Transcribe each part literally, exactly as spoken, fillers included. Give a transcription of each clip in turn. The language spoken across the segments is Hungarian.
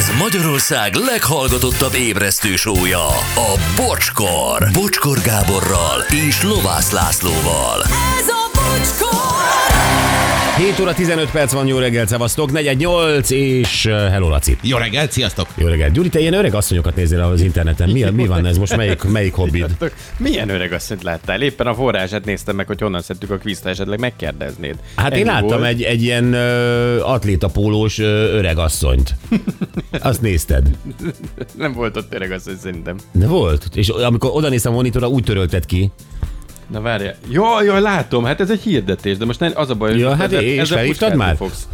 Ez Magyarország leghallgatottabb ébresztő show-ja, a Bocskor. Bocskor Gáborral és Lovász Lászlóval. Ez a Bocskor! hét óra tizenöt perc van, jó reggelt, szevasztok, negyven nyolc, és uh, hello Laci. Jó reggelt, sziasztok! Jó reggelt. Gyuri, te ilyen öreg asszonyokat nézél az interneten. Mi, mi van ez most? Melyik, melyik hobbid? Milyen öreg asszonyt láttál? Éppen a forrását néztem meg, hogy honnan szedtük a kvízt, esetleg megkérdeznéd. Hát Ennyi én láttam volt. egy, egy ilyen uh, atlétapólós uh, öreg asszonyt. Azt nézted? Nem volt ott öreg asszony szerintem. De volt. És amikor oda néztem a monitorra, úgy törölted ki. Na várjál. Jaj, jaj, látom, hát ez egy hirdetés, de most nem, az a baj, hogy Ja, hát ezzel- és ezzel felhívtad puskálni már? Fogsz.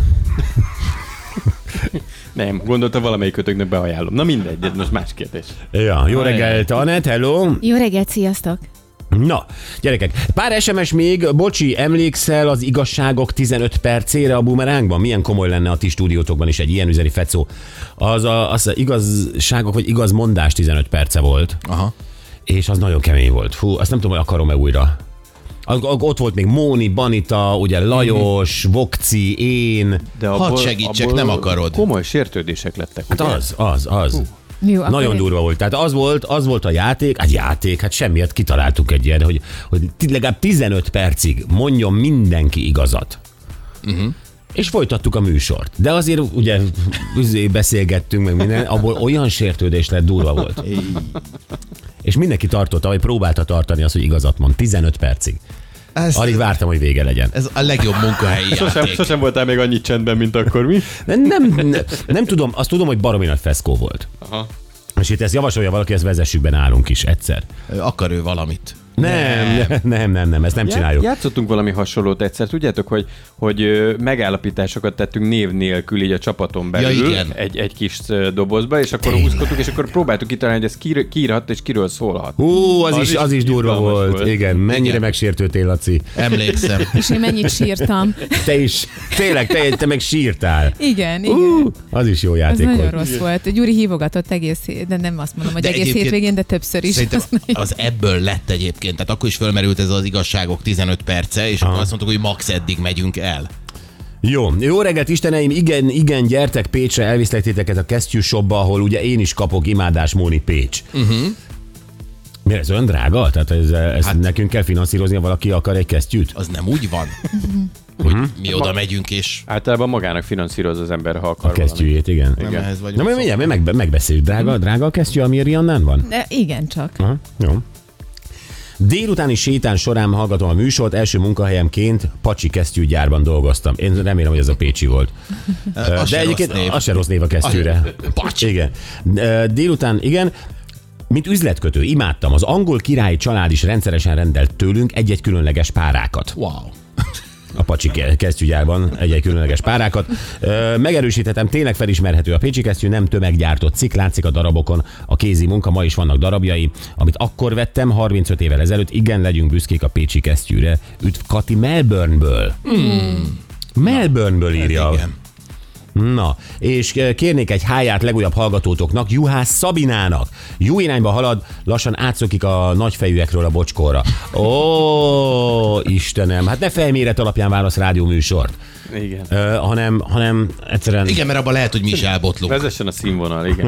Nem, gondoltam valamelyik kötöknek beajánlom. Na mindegy, ez most más kérdés. Ja, jó reggelt, Anett, hello. Jó reggelt, sziasztok! Na, gyerekek, pár es em es még, bocsi, emlékszel az igazságok tizenöt percére a Boomerangban? Milyen komoly lenne a ti stúdiótokban is egy ilyen üzeri fecó. Az a, az a igazságok, vagy igazmondás tizenöt perce volt. Aha. És az nagyon kemény volt. Fú, azt nem tudom, hogy akarom-e újra. Ott volt még Móni, Banita, ugye Lajos, Vokci, én. De Hadd segítsek, nem akarod. Komoly sértődések lettek. Hát ugye? az, az, az. Jó, akkor Nagyon én- durva volt. Tehát az volt, az volt a játék, hát játék, hát semmiért kitaláltuk egy ilyen, hogy, hogy legalább tizenöt percig mondjon mindenki igazat. Uh-huh. És folytattuk a műsort. De azért ugye üzé beszélgettünk meg minden, abból olyan sértődés lett, durva volt. És mindenki tartotta, vagy próbálta tartani azt, hogy igazat mond. tizenöt percig. Ez, Alig vártam, hogy vége legyen. ez a legjobb munkahelyi Sosem, játék. sosem voltál még annyit csendben, mint akkor mi? Nem, nem, nem, nem tudom, azt tudom, hogy baromi nagy feszkó volt. Aha. És itt ezt javasolja valaki, ezt vezessük be nálunk is egyszer. Akar ő valamit. Nem, nem, nem, nem, nem ezt nem csináljuk. Játszottunk valami hasonlót egyszer, tudjátok, hogy, hogy ö, megállapításokat tettünk név nélkül így a csapaton belül, Ja, igen. egy, egy kis ö, dobozba, és akkor húzkodtuk, és akkor próbáltuk kitalálni, hogy ez ki, kiírhat és kiről szólhat. Hú, az, Az is, is az is durva izgalmas volt. volt. Igen, mennyire Igen. megsértődtél, Laci. Emlékszem. És én mennyit sírtam. Te is, tényleg, te, te meg sírtál. Igen, igen. Hú, az is jó Ez játék nagyon volt. rossz volt. Gyuri hívogatott egész, hét- de nem azt mondom, hogy De egész egyébként hétvégén, de többször is. Szerintem Az nagyon- az ebből lett egyébként. Tehát akkor is fölmerült ez az igazságok tizenöt perce, és akkor azt mondtuk, hogy max eddig megyünk el. Jó, jó reggelt, Isteneim, igen, igen, gyertek Pécsre, elviszlek titeket a Kesztyű Shopba, ahol ugye én is kapok imádás Móni Pécs. Uh-huh. Miért ez olyan drága? Tehát ez, ez hát, nekünk kell finanszírozni, ha valaki akar egy kesztyűt? Az nem úgy van, hogy mi oda megyünk, és Általában magának finanszíroz az ember, ha akar A kesztyűjét, igen. nem Igen. ehhez vagyunk. Na, mi mindjárt mi meg, megbeszéljük. Drága, drága a kesztyű, ami Riannán van? De igen, csak. Aha, jó. Délutáni sétán során hallgatom a műsort, első munkahelyemként Pacsi kesztyűgyárban dolgoztam. Én remélem, hogy ez a pécsi volt. Az De se egyébként rossz név. az se rossz név a kesztyűre. Pacsi. Igen. Délután, igen. Mint üzletkötő imádtam. Az angol királyi család is rendszeresen rendelt tőlünk egy-egy különleges párákat. Wow. A Pacsi ke- kesztyűgyárban egy-egy különleges párákat. Ö, Megerősíthetem, tényleg felismerhető a pécsi kesztyű, nem tömeggyártott cikk, látszik a darabokon, a kézi munka, ma is vannak darabjai, amit akkor vettem, harmincöt évvel ezelőtt, igen, legyünk büszkék a pécsi kesztyűre. Üdv Kati Melbourneből. Hmm. Melbourneből írja. Igen. Na, és kérnék egy háját legújabb hallgatótoknak, Juhász Szabinának. Jó irányba halad, lassan átszokik a nagyfejűekről a bocskorra. Ó, Istenem, hát ne fejméret alapján válasz rádióműsort, Igen. ö, hanem, hanem egyszerűen Igen, mert abban lehet, hogy mi is elbotlunk. Vezessen a színvonal, igen.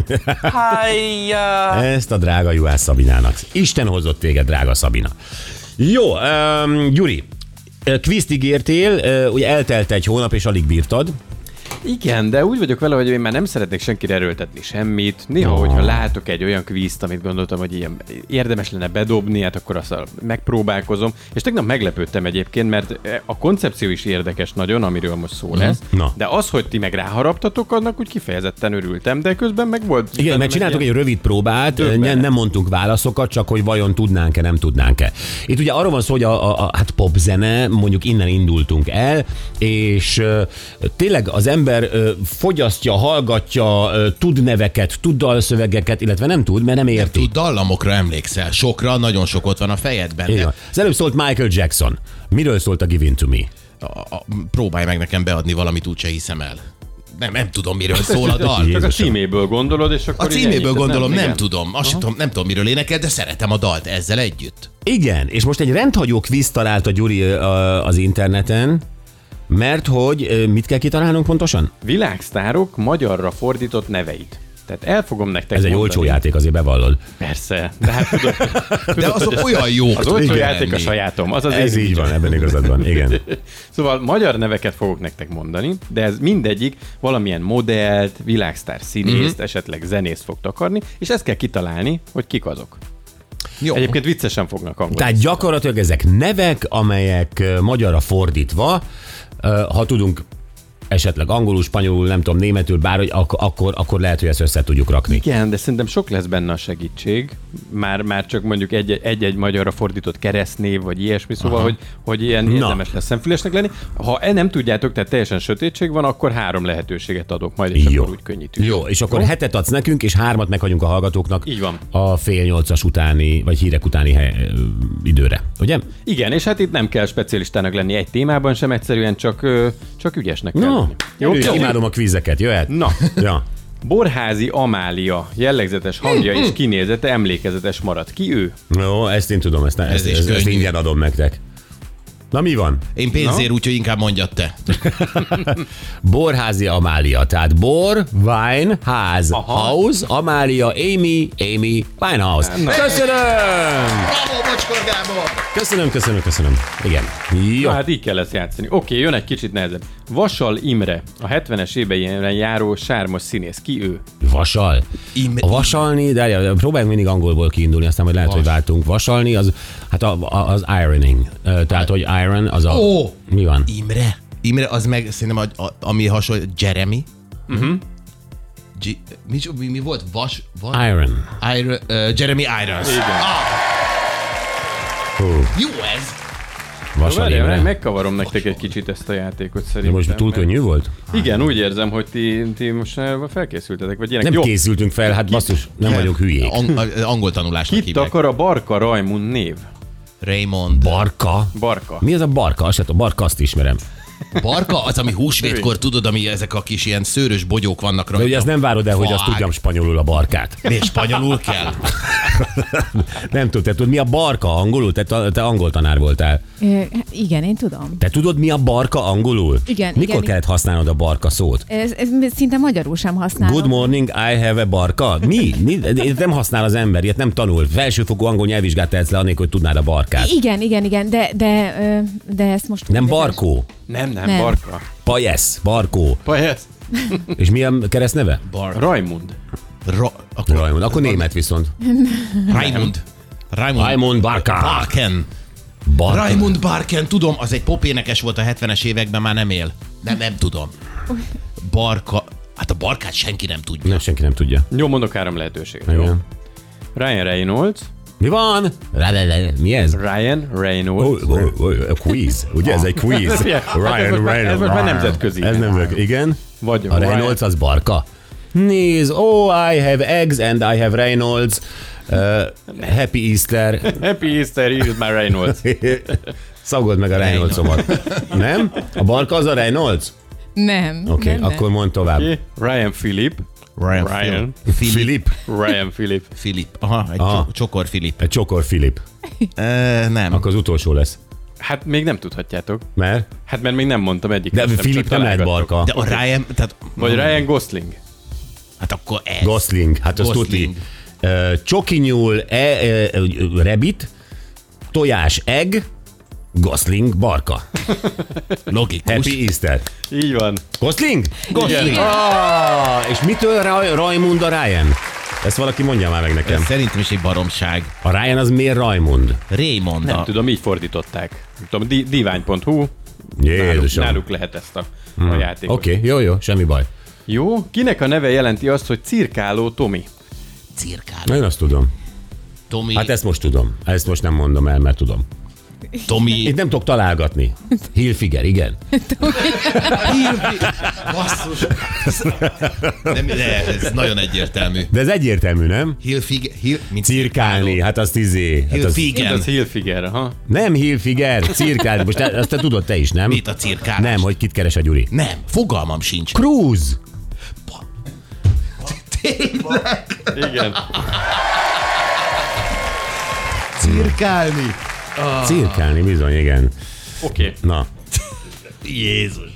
ezt a drága Juhász Szabinának. Isten hozott téged, drága Szabina. Jó, um, Gyuri, kvízt ígértél, ö, ugye eltelt egy hónap, és alig bírtad. Igen, de úgy vagyok vele, hogy én már nem szeretnék senkire erőltetni semmit. Néha, Oh. hogyha látok egy olyan kvízt, amit gondoltam, hogy ilyen érdemes lenne bedobni, hát akkor azt megpróbálkozom. És tegnap meglepődtem egyébként, mert a koncepció is érdekes nagyon, amiről most szó lesz. Na. De az, hogy ti meg ráharaptatok, annak úgy kifejezetten örültem, de közben meg volt... Igen, bennem mert csináltuk egy ilyen- rövid próbát, Döbbenet. nem, nem mondtunk válaszokat, csak hogy vajon tudnánk-e, nem tudnánk-e. Itt ugye arról van szó, hogy a, a, a hát popzene, mondjuk innen indultunk el, és ö, tényleg az ember ö, fogyasztja, hallgatja, ö, tud neveket, tud dalszövegeket, illetve nem tud, mert nem Nem érti. tud, dallamokra emlékszel. Sokra, nagyon sok ott van a fejedben. Így De van. Az előbb szólt Michael Jackson. Miről szólt a Give In To Me? a, a, próbálj meg nekem beadni valamit, úgyse hiszem el. Nem, nem tudom, miről szól a dal. Csak a Jézusom. címéből gondolod, és A akkor... így címéből ennyit, gondolom, nem, igen. tudom. Azt sem tudom, nem tudom, miről énekel, de szeretem a dalt ezzel együtt. Igen, és most egy rendhagyó kvízt talált a Gyuri ö, az interneten, mert hogy ö, mit kell kitalálnunk pontosan? Világsztárok magyarra fordított neveit. Tehát el fogom nektek Ez egy mondani. olcsó játék, azért bevallod. Persze, de hát tudod, De azok olyan jók. az olcsó tudnak játék a lenni. sajátom. Az az Ez én így van, ebben igazad van, igen. Szóval magyar neveket fogok nektek mondani, de ez mindegyik valamilyen modellt, világsztár színészt, Mhm. uh-huh. esetleg zenészt fog takarni, és ezt kell kitalálni, hogy kik azok. Jó. Egyébként viccesen fognak angolni. Tehát gyakorlatilag ezek nevek, amelyek ö, magyarra fordítva, ö, ha tudunk esetleg angolul, spanyolul, nem tudom, németül, bárhogy, ak- akkor, akkor lehet, hogy ezt össze tudjuk rakni. Igen, de szerintem sok lesz benne a segítség. Már, már csak mondjuk egy- egy-egy magyarra fordított keresztnév, vagy ilyesmi, szóval, hogy, hogy ilyen érdemes lesz szemfülesnek lenni. Ha e nem tudjátok, tehát teljesen sötétség van, akkor három lehetőséget adok majd, és Jó. akkor úgy könnyítünk. Jó, és akkor hetet adsz nekünk, és hármat meghagyunk a hallgatóknak. Így van. A fél nyolcas utáni, vagy hírek utáni hely, ö, időre, ugye? Igen, és hát itt nem kell specialistának lenni egy témában sem, egyszerűen csak, ö, csak ügyesnek kell No, lenni. jó, Jó? imádom a kvízeket, jöhet? Na, Ja. Borházi Amália jellegzetes hangja és kinézete emlékezetes marad. Ki ő? Jó, ezt én tudom, ezt, ezt, Ez is ezt, ezt könnyű. ingyen adom nektek. Na mi van? Én pénzért, úgyhogy inkább mondjad te. Borházi Amália, tehát bor, wine, ház, Aha. house, Amália, Amy, Amy, Winehouse. Köszönöm! Bravo, Bocskor Gábor! Köszönöm, köszönöm, köszönöm. Igen. Jó. Na hát így kell ezt játszani. Oké, jön egy kicsit nehezebb. Vasal Imre, a hetvenes éveiben járó sármos színész. Ki ő? Vasal. Im- A vasalni, de próbáljunk mindig angolból kiindulni, aztán majd lehet, Vas. hogy váltunk. Vasalni, az, hát a, a, az ironing. Ö, Tehát, hogy iron, az a... Ó! Mi van? Imre. Imre, az meg szerintem, a, a, ami hasonló, Jeremy. Uh-huh. G- mi, mi, mi volt? Vas? Vas? Iron. Iron, uh, Jeremy Irons. Igen. Hú, Jó ez! Vasal Várjál, Imre. megkavarom nektek egy kicsit ezt a játékot De szerintem. most túl mert- könnyű volt? Igen, úgy érzem, hogy ti, ti most már felkészültetek, vagy ilyenek. Nem Jó, készültünk fel, hát basszus, nem vagyunk hülyék. Ang- a- angol tanulásnak kit hívják. akar a Barka Rajmund név? Raymond. Barka? Barka. Mi az a barka? Azt sem tudom, barka, azt ismerem. Barka az, ami húsvétkor, tudod, ami ezek a kis ilyen szőrös bogyók vannak De rajta. ugye azt nem várod el, hogy azt Fák. tudjam spanyolul a barkát. Miért spanyolul kell? Nem tudod, te tudod, mi a barka angolul? Te, ta- te angol tanár voltál. Ö, hát igen, én tudom. Te tudod, mi a barka angolul? Igen, Mikor igen. kellett használnod a barka szót? Ez, ez szinte magyarul sem használom. Good morning, I have a barka. Mi? mi? Ilyet nem használ az ember, ilyet nem tanul. Felsőfokú angol nyelvvizsgát tehetsz le, annélkül, hogy tudnád a barkát. Igen, igen, igen, de, de, ö, de ezt most... Nem barkó. Nem, nem, Nem. Barka. Pajesz, barkó. Pajesz. És mi a keresztneve? Bar. Rajmund. Ra- akkor Raimond. Akkor német viszont. Raimund. Raimund. Raimund Barca. Barken. Barka. Raimund Barken, tudom, az egy popénekes volt a hetvenes években, már nem él. Nem, nem tudom. Barka. Hát a barkát senki nem tudja. Nem, senki nem tudja. Jó, mondok három lehetőséget. Jó. Igen. Ryan Reynolds. Mi van? Rá-le-le. Mi ez? Ryan Reynolds. Oh, oh, oh, a quiz. Ugye ez egy quiz? Ez most már- ez most már nemzetközi. Ez nemzetközi. Igen. Vagy A Reynolds az barka. Nézd, oh, I have eggs and I have Reynolds. Uh, happy Easter. Happy Easter, he is my Reynolds. Szagold meg a Reynolds-omat. Nem? A barka az a Reynolds? Nem. Oké, okay, nem, nem. akkor mondd tovább. Okay. Ryan Philip. Ryan. Ryan. Philip. Filip. Ryan Philip. Philip. Aha, egy Aha. cso- csokor Philip. Egy csokor Filip. Uh, nem. Akkor az utolsó lesz. Hát még nem tudhatjátok. Mert? Hát mert még nem mondtam egyik. De Filip nem lehet barka. De a Ryan, tehát... Vagy Ryan Gosling. Hát akkor ez. Gosling, hát az Gosling. tuti. Uh, Csoki nyúl, e, uh, rabbit, tojás, egg, Gosling, barka. Logikus. Happy Easter. Így van. Gosling? Gosling. Ah, és mitől Ra- Raimund a Ryan? Ezt valaki mondja már meg nekem. Ez szerintem is egy baromság. A Ryan az miért Raimund? Raymond. Nem a- tudom, így fordították. Nem tudom, di- divány pont hu. Náluk, Jézusom. náluk lehet ezt a, a játékot. Oké, okay, jó, jó, semmi baj. Jó, kinek a neve jelenti azt, hogy cirkáló Tomi? Cirkál. Én azt tudom. Tomi. Hát ezt most tudom. Ezt most nem mondom el, mert tudom. Tomi. Itt nem tudok találgatni. Hilfiger, igen. Basszus. Nem, de ez nagyon egyértelmű. De ez egyértelmű, nem? Hilfig, hil, mint Cirkálni, hát az izé. Hát az, Hilfigen. Ez Hilfiger, ha? nem Hilfiger, cirkálni. Most te- azt te tudod te is, nem? Mit a cirkálás? Nem, hogy kit keres a Gyuri. Nem, fogalmam sincs. Cruz. Igen. Cirkálni. Cirkálni, bizony, igen. Oké. Okay. Na, Jézus.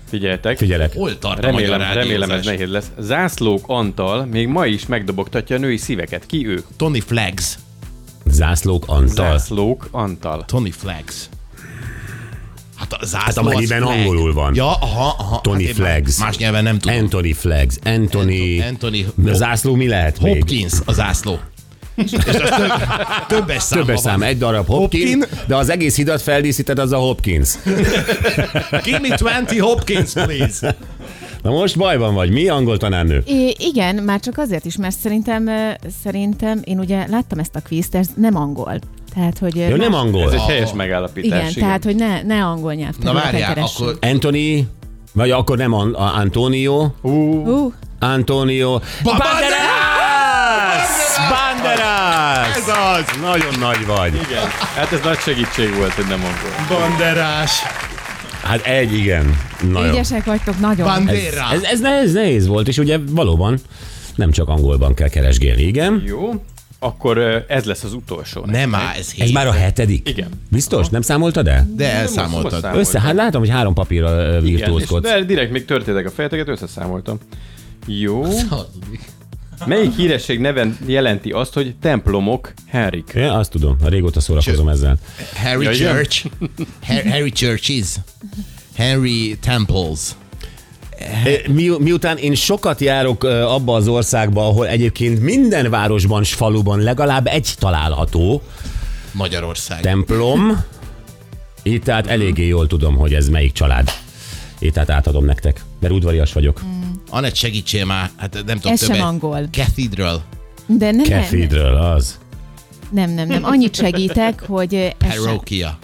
Figyeljetek. Figyelek. Hol tart a Remélem, magyar remélem ez rádiózás? nehéz lesz. Zászlók Antal még ma is megdobogtatja a női szíveket. Ki ő? Tony Flags. Zászlók Antal. Zászlók Antal. Tony Flags. Hát a zászló Hát amennyiben az flag. angolul van. Ja, aha, aha. Tony hát én már Flags. Más nyelven nem tudom. Anthony Flags. Anthony... Anthony... A zászló mi lehet még? Hopkins a zászló. És az több, többes számban Többes szám, van. egy darab Hopkins, Hopkin. de az egész hidat feldíszíted, az a Hopkins. Give me twenty Hopkins, please. Na most bajban vagy. Mi angol tanárnő? I- igen, már csak azért is, mert szerintem, ö, szerintem én ugye láttam ezt a kvízt, ez nem angol. Tehát, hogy... ö, Jó, nem Ez angol. egy helyes megállapítás. Igen, tehát, hogy ne, ne angol nyelv. Na várjál, akkor... Anthony, vagy akkor nem An- a- Antonio. Uh, Antonio. Banderas! Banderas! Ez az! Nagyon nagy vagy. Igen. Hát ez nagy segítség volt, hogy nem angol. Banderás. Hát egy, igen. Na jó. ügyesek vagytok, nagyon. Bandera. Ez, ez, ez nehéz volt, és ugye valóban nem csak angolban kell keresgélni, igen. Jó. Akkor ö, ez lesz az utolsó. Nem áll, ez hét. Ez már a hetedik? Igen. Biztos? Nem számoltad el? De elszámoltad. Most- most Össze, hát látom, hogy három papírra ö, Igen, és virtuózkodsz. de direkt még történtek a fejeteket, összeszámoltam. Jó. Melyik híresség neven jelenti azt, hogy templomok Henrik? Ja, azt tudom, ha régóta szórakozom ezzel. Harry Ja, igen. Church. Har- Harry Churches. Henry Temples. Mi, miután én sokat járok ö, abba az országba, ahol egyébként minden városban s faluban legalább egy található Magyarország. templom, itt tehát eléggé jól tudom, hogy ez melyik család. Itt tehát átadom nektek, mert udvarias vagyok. Anett, segítsél már. Hát nem tudom Ez sem többet. angol. Cathedral. De nem, nem, Cathedral, az. nem, nem, nem. Annyit segítek, hogy ö, ez sem. Parokia.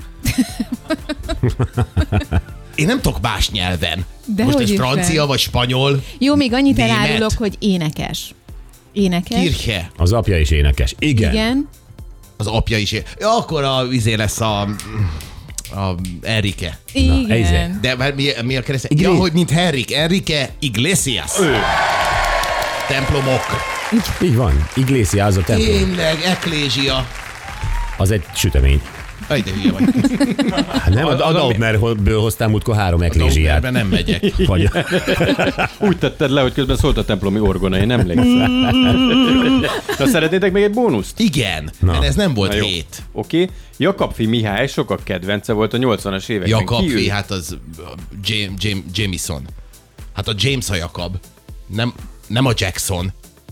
Én nem tudok más nyelven. De Most hogy ez is francia nem. vagy spanyol? Jó, még annyit Német. elárulok, hogy énekes. Énekes. Kirche. Az apja is énekes. Igen. Igen. Az apja is. É- ja, akkor a izé lesz a... a Enrique. Igen. ezért. De már mi, mi a kereszt? Igli- Ja, hogy mint Henrik. Enrique Iglesias. Ő. Templomok. Így van. Iglesias az a templom. Tényleg, eklézsia. Az egy sütemény. Aj, de hülye vagy. Hát nem, a Daubnerből hoztál múltkor három eklésiát. Dobnerbe nem megyek. Vagy, Úgy tetted le, hogy közben szólt a templomi orgona, én emlékszem. Na, szeretnétek még egy bónuszt? Igen, Na. mert ez nem volt Na jó. hét. Oké. Okay. Jakabfi Mihály sokak kedvence volt a nyolcvanas években. Ki Jakabfi, ő? hát az uh, James, James, Jameson. Hát a James a Jakab. Nem, nem a Jackson.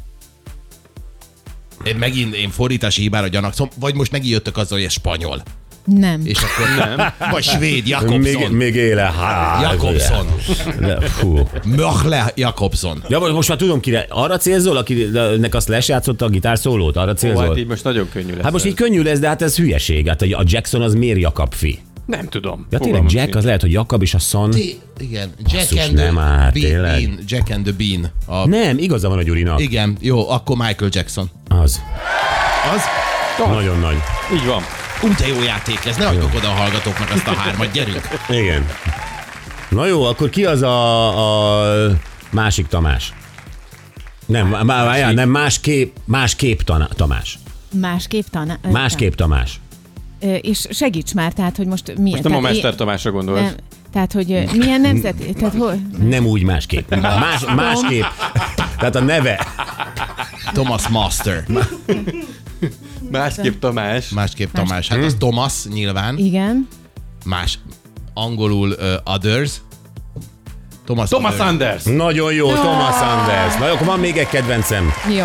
Én megint én fordítási hibára gyanakszom, vagy most megint jöttök azzal, hogy ez spanyol. Nem. És akkor nem. Vagy svéd, még, Jakobson. még éle. Há, Jakobson. De, fú. Möchle Jakobson. Ja, most már tudom kire. Arra célzol, akinek azt lesjátszotta a gitárszólót? Arra Ó, célzol? hát így most nagyon könnyű lesz. Hát most ez. így könnyű lesz, de hát ez hülyeség. Hát a Jackson az miért Jakabfi? Nem tudom. Ja tényleg Fogalmam Jack, sincs. az lehet, hogy Jakab és a Son. Té- Igen, Jack Basszus, and the nem áll, Bean, tényleg. Bean. Jack and the Bean. A... Nem, igaza van a Gyurinak. Igen, jó, akkor Michael Jackson. Az. Az? Nagyon nagy. Így van. Úgy de jó játék ez, ne hagyjuk oda a hallgatóknak azt a hármat, gyerünk. Igen. Na jó, akkor ki az a, a másik Tamás? Nem, má, má, nem másképp, másképp tana, Tamás. Másképp taná... ö, Másképp Tamás. Ö, És segíts már, tehát, hogy most milyen... Most nem a tehát, Mester Tamásra gondolsz. nem, tehát, hogy ö, milyen nemzet... Tehát, hol... Nem úgy másképp. Más, másképp. Tehát a neve. Thomas Master. Másképp Tamás. Másképp Tamás. Hát az Thomas nyilván. Igen. Más. Angolul uh, Others. Thomas, Thomas Others. Anders. Nagyon jó, Thomas Anders. Na jó, akkor van még egy kedvencem. Jó.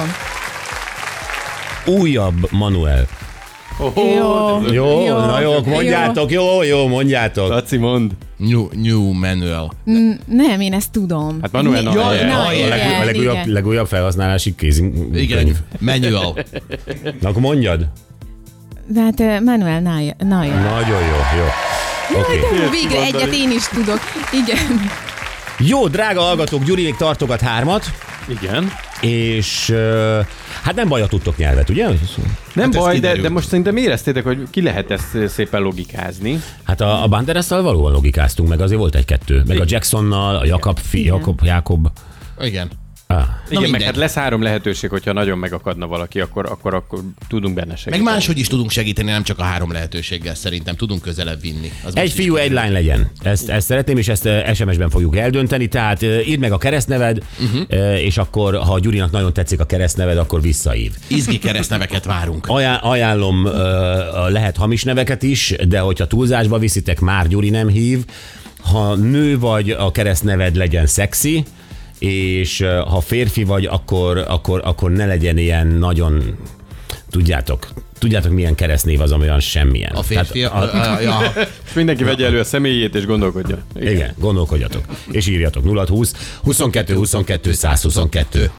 Újabb Manuel. Oh, Jó. Jó, Jó. na jó, mondjátok, jó, jó, mondjátok. Laci, mond. New, new Manuel. Mm, Nem, én ezt tudom. Hát Manuel Mi- Neuer. Na, A A, igen, leg, a legújabb, igen. legújabb felhasználási kézikönyv. Igen, Manuel. Na akkor mondjad. De hát ö, Manuel Neuer. Neuer. Nagyon jó, jó. Oké. Okay. Hú, végre egyet én is tudok. Igen. Jó, drága hallgatók, Gyuri még tartogat hármat, Igen. és uh, hát nem baj, ha tudtok nyelvet, ugye? Nem Hát ez baj, de, kiderült. de most szerintem éreztétek, hogy ki lehet ezt szépen logikázni. Hát a, a Banderasszal valóban logikáztunk, meg azért volt egy-kettő. Meg a Jacksonnal, a Jakab, fi, Igen. Jakob, Jakob. Igen. Ah. Igen, meg mindegy. hát lesz három lehetőség, hogyha nagyon megakadna valaki, akkor, akkor, akkor tudunk benne segíteni. Meg máshogy is tudunk segíteni, nem csak a három lehetőséggel szerintem. Tudunk közelebb vinni. Az Egy most is fiú, egy kiderül. lány legyen. Ezt, ezt szeretném, és ezt es em es-ben fogjuk eldönteni. Tehát uh, írd meg a keresztneved, uh-huh. és akkor, ha Gyurinak nagyon tetszik a keresztneved, akkor visszaív. Izgi keresztneveket várunk. Ajánl, ajánlom, uh, lehet hamis neveket is, de hogyha túlzásba viszitek, már Gyuri nem hív. Ha nő vagy, a keresztneved legyen szexi, és uh, ha férfi vagy, akkor, akkor, akkor ne legyen ilyen nagyon, tudjátok, tudjátok milyen keresztnév az, ami olyan semmilyen. A férfi... Tehát a, A, a, a, És mindenki vegye elő a személyét és gondolkodjon. igen, gondolkodjatok. És írjatok nulla húsz huszonkettő huszonkettő száz huszonkettő.